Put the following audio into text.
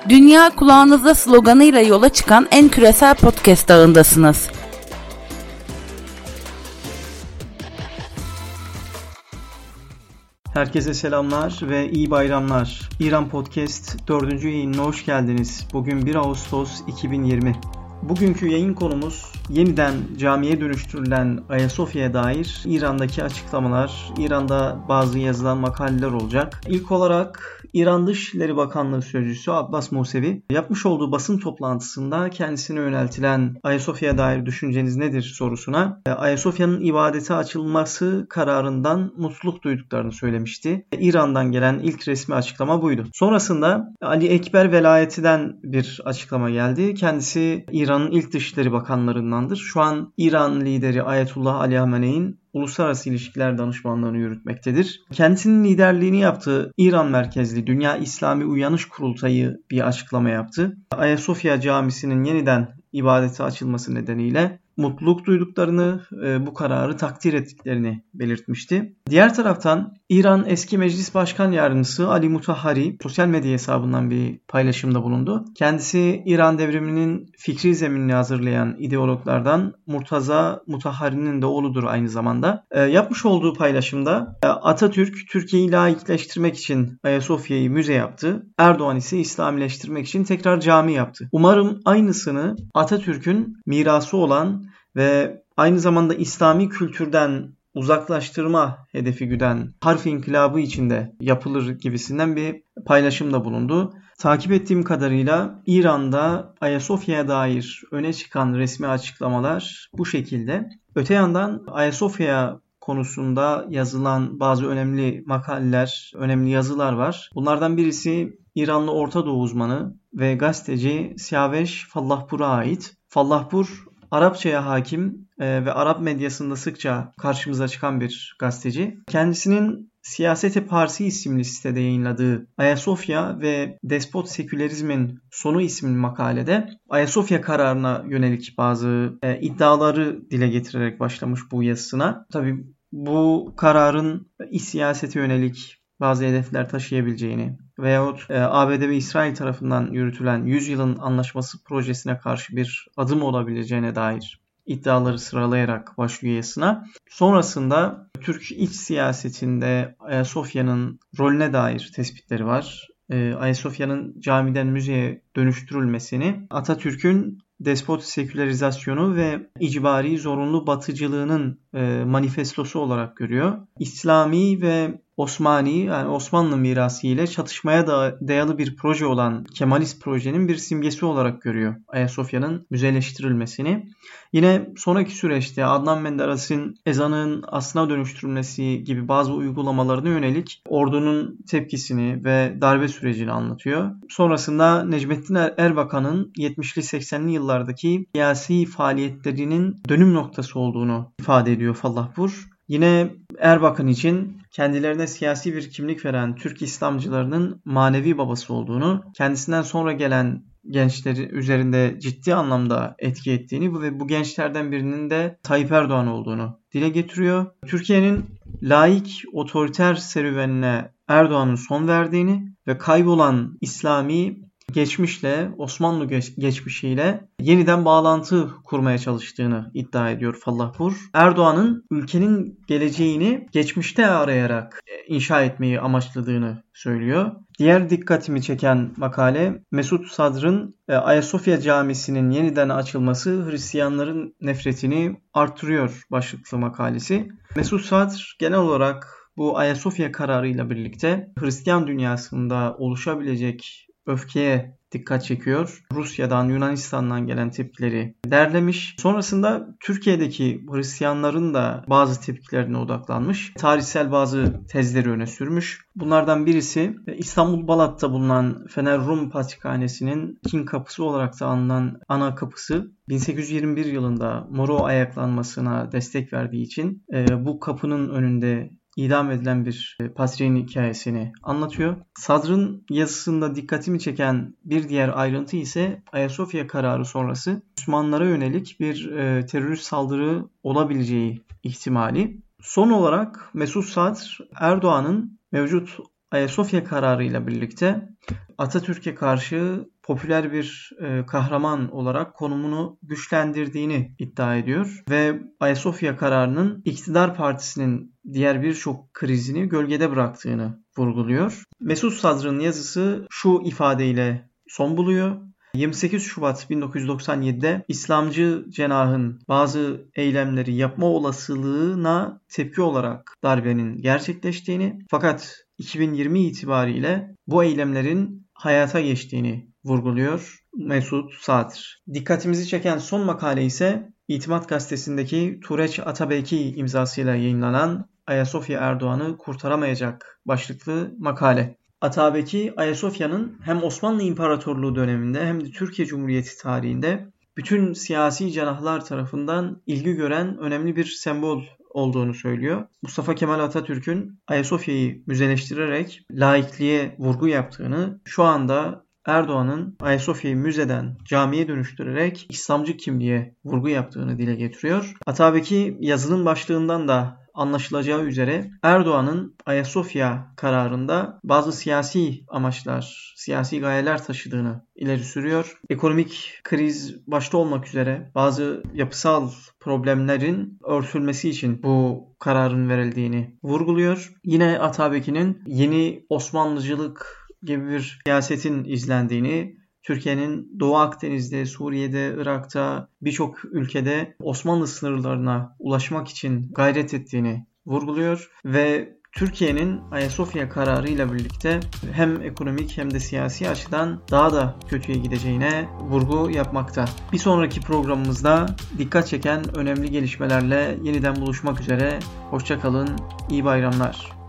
Dünya kulağınızda sloganıyla yola çıkan en küresel podcast ağındasınız. Herkese selamlar ve iyi bayramlar. İran Podcast 4. yayınına hoş geldiniz. Bugün 1 Ağustos 2020. Bugünkü yayın konumuz yeniden camiye dönüştürülen Ayasofya'ya dair İran'daki açıklamalar, İran'da bazı yazılan makaleler olacak. İlk olarak İran Dışişleri Bakanlığı Sözcüsü Abbas Musevi yapmış olduğu basın toplantısında kendisine yöneltilen Ayasofya'ya dair düşünceniz nedir sorusuna Ayasofya'nın ibadete açılması kararından mutluluk duyduklarını söylemişti. İran'dan gelen ilk resmi açıklama buydu. Sonrasında Ali Ekber velayetinden bir açıklama geldi. Kendisi İran'ın ilk Dışişleri Bakanlarındandır. Şu an İran lideri Ayetullah Ali Hamenei'nin uluslararası ilişkiler danışmanlığını yürütmektedir. Kendisinin liderliğini yaptığı İran merkezli Dünya İslami Uyanış Kurultayı bir açıklama yaptı. Ayasofya Camisi'nin yeniden ibadete açılması nedeniyle mutluluk duyduklarını, bu kararı takdir ettiklerini belirtmişti. Diğer taraftan İran eski Meclis Başkan Yardımcısı Ali Mutahhari sosyal medya hesabından bir paylaşımda bulundu. Kendisi İran devriminin fikri zeminini hazırlayan ideologlardan Murtaza Mutahhari'nin de oğludur aynı zamanda. Yapmış olduğu paylaşımda Atatürk Türkiye'yi laikleştirmek için Ayasofya'yı müze yaptı. Erdoğan ise İslamileştirmek için tekrar cami yaptı. Umarım aynısını Atatürk'ün mirası olan ve aynı zamanda İslami kültürden uzaklaştırma hedefi güden harf inkılabı içinde yapılır gibisinden bir paylaşımda bulundu. Takip ettiğim kadarıyla İran'da Ayasofya'ya dair öne çıkan resmi açıklamalar bu şekilde. Öte yandan Ayasofya konusunda yazılan bazı önemli makaleler, önemli yazılar var. Bunlardan birisi İranlı Orta Doğu uzmanı ve gazeteci Siyaveş Fallahpur'a ait. Fallahpur Arapçaya hakim ve Arap medyasında sıkça karşımıza çıkan bir gazeteci. Kendisinin Siyaseti Parsi isimli sitede yayınladığı Ayasofya ve Despot Sekülerizmin Sonu isimli makalede Ayasofya kararına yönelik bazı iddiaları dile getirerek başlamış bu yazısına. Tabii bu kararın iç siyasete yönelik bazı hedefler taşıyabileceğini veyahut ABD ve İsrail tarafından yürütülen 100 yılın anlaşması projesine karşı bir adım olabileceğine dair iddiaları sıralayarak başlıyor yazısına. Sonrasında Türk iç siyasetinde Ayasofya'nın rolüne dair tespitleri var. Ayasofya'nın camiden müzeye dönüştürülmesini Atatürk'ün despot sekülerizasyonu ve icbari zorunlu batıcılığının manifestosu olarak görüyor. İslami ve Osmani yani Osmanlı mirası ile çatışmaya dayalı bir proje olan Kemalist projenin bir simgesi olarak görüyor Ayasofya'nın müzeleştirilmesini. Yine sonraki süreçte Adnan Menderes'in ezanın aslına dönüştürülmesi gibi bazı uygulamalarına yönelik ordunun tepkisini ve darbe sürecini anlatıyor. Sonrasında Necmettin Erbakan'ın 70'li 80'li yıllardaki siyasi faaliyetlerinin dönüm noktası olduğunu ifade ediyor Fallahpur. Yine Erbakan için kendilerine siyasi bir kimlik veren Türk İslamcılarının manevi babası olduğunu, kendisinden sonra gelen gençleri üzerinde ciddi anlamda etki ettiğini ve bu gençlerden birinin de Tayyip Erdoğan olduğunu dile getiriyor. Türkiye'nin laik otoriter serüvenine Erdoğan'ın son verdiğini ve kaybolan İslami geçmişle, Osmanlı geçmişiyle yeniden bağlantı kurmaya çalıştığını iddia ediyor Fallahpur. Erdoğan'ın ülkenin geleceğini geçmişte arayarak inşa etmeyi amaçladığını söylüyor. Diğer dikkatimi çeken makale Mesut Sadr'ın Ayasofya Camisi'nin yeniden açılması Hristiyanların nefretini artırıyor başlıklı makalesi. Mesut Sadr genel olarak bu Ayasofya kararıyla birlikte Hristiyan dünyasında oluşabilecek öfkeye dikkat çekiyor. Rusya'dan, Yunanistan'dan gelen tepkileri derlemiş. Sonrasında Türkiye'deki Hristiyanların da bazı tepkilerine odaklanmış. Tarihsel bazı tezleri öne sürmüş. Bunlardan birisi İstanbul Balat'ta bulunan Fener Rum Patrikhanesi'nin Çin kapısı olarak da anılan ana kapısı 1821 yılında Moro ayaklanmasına destek verdiği için bu kapının önünde idam edilen bir patriğin hikayesini anlatıyor. Sadr'ın yazısında dikkatimi çeken bir diğer ayrıntı ise Ayasofya kararı sonrası Müslümanlara yönelik bir terörist saldırı olabileceği ihtimali. Son olarak Mesut Sadr, Erdoğan'ın mevcut Ayasofya kararıyla birlikte Atatürk'e karşı popüler bir kahraman olarak konumunu güçlendirdiğini iddia ediyor ve Ayasofya kararının iktidar partisinin diğer birçok krizini gölgede bıraktığını vurguluyor. Mesut Sadır'ın yazısı şu ifadeyle son buluyor: 28 Şubat 1997'de İslamcı cenahın bazı eylemleri yapma olasılığına tepki olarak darbenin gerçekleştiğini, fakat 2020 itibariyle bu eylemlerin hayata geçtiğini vurguluyor Mesut Sadır. Dikkatimizi çeken son makale ise İtimat Gazetesi'ndeki Tureç Atabeki imzasıyla yayınlanan Ayasofya Erdoğan'ı kurtaramayacak başlıklı makale. Atabeki, Ayasofya'nın hem Osmanlı İmparatorluğu döneminde hem de Türkiye Cumhuriyeti tarihinde bütün siyasi cenahlar tarafından ilgi gören önemli bir sembol olduğunu söylüyor. Mustafa Kemal Atatürk'ün Ayasofya'yı müzeleştirerek laikliğe vurgu yaptığını, şu anda Erdoğan'ın Ayasofya'yı müzeden camiye dönüştürerek İslamcı kimliğe vurgu yaptığını dile getiriyor. Atabeki yazının başlığından da anlaşılacağı üzere Erdoğan'ın Ayasofya kararında bazı siyasi amaçlar, siyasi gayeler taşıdığını ileri sürüyor. Ekonomik kriz başta olmak üzere bazı yapısal problemlerin örtülmesi için bu kararın verildiğini vurguluyor. Yine Atabeki'nin yeni Osmanlıcılık gibi bir siyasetin izlendiğini, Türkiye'nin Doğu Akdeniz'de, Suriye'de, Irak'ta birçok ülkede Osmanlı sınırlarına ulaşmak için gayret ettiğini vurguluyor ve Türkiye'nin Ayasofya kararıyla birlikte hem ekonomik hem de siyasi açıdan daha da kötüye gideceğine vurgu yapmakta. Bir sonraki programımızda dikkat çeken önemli gelişmelerle yeniden buluşmak üzere. Hoşça kalın, iyi bayramlar.